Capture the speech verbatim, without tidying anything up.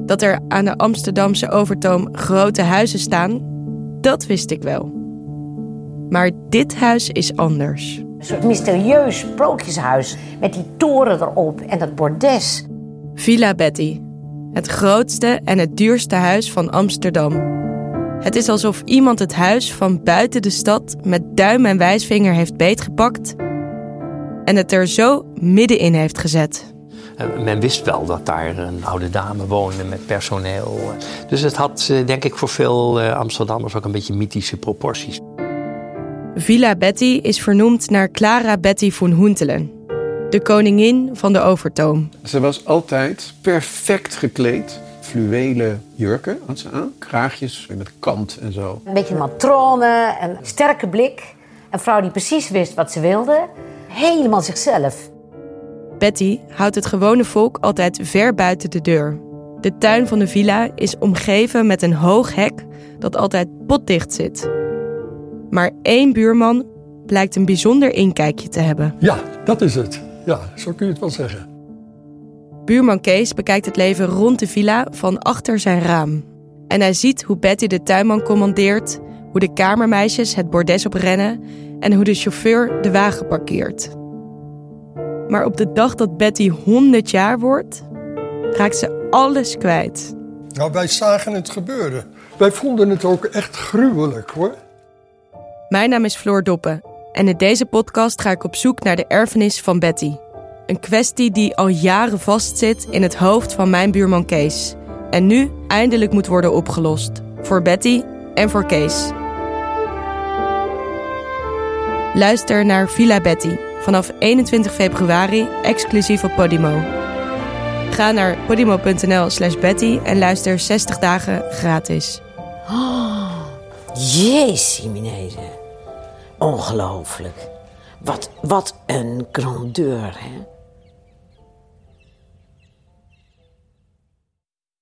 Dat er aan de Amsterdamse Overtoom grote huizen staan, dat wist ik wel. Maar dit huis is anders. Een soort mysterieus sprookjeshuis met die toren erop en dat bordes. Villa Betty. Het grootste en het duurste huis van Amsterdam. Het is alsof iemand het huis van buiten de stad met duim en wijsvinger heeft beetgepakt en het er zo middenin heeft gezet. Men wist wel dat daar een oude dame woonde met personeel. Dus het had, denk ik, voor veel Amsterdammers ook een beetje mythische proporties. Villa Betty is vernoemd naar Clara Betty von Huntelen, de koningin van de Overtoom. Ze was altijd perfect gekleed. Fluwelen jurken had ze aan, kraagjes met kant en zo. Een beetje matrone, een sterke blik. Een vrouw die precies wist wat ze wilde. Helemaal zichzelf. Betty houdt het gewone volk altijd ver buiten de deur. De tuin van de villa is omgeven met een hoog hek dat altijd potdicht zit. Maar één buurman blijkt een bijzonder inkijkje te hebben. Ja, dat is het. Ja, zo kun je het wel zeggen. Buurman Kees bekijkt het leven rond de villa van achter zijn raam. En hij ziet hoe Betty de tuinman commandeert, hoe de kamermeisjes het bordes oprennen en hoe de chauffeur de wagen parkeert. Maar op de dag dat Betty honderd jaar wordt, raakt ze alles kwijt. Nou, wij zagen het gebeuren. Wij vonden het ook echt gruwelijk, hoor. Mijn naam is Floor Doppen en in deze podcast ga ik op zoek naar de erfenis van Betty. Een kwestie die al jaren vastzit in het hoofd van mijn buurman Kees. En nu eindelijk moet worden opgelost. Voor Betty en voor Kees. Luister naar Villa Betty vanaf eenentwintig februari exclusief op Podimo. Ga naar podimo.nl slash Betty en luister zestig dagen gratis. Oh, jezus, Minezen. Ongelooflijk. Wat, wat een grandeur, hè?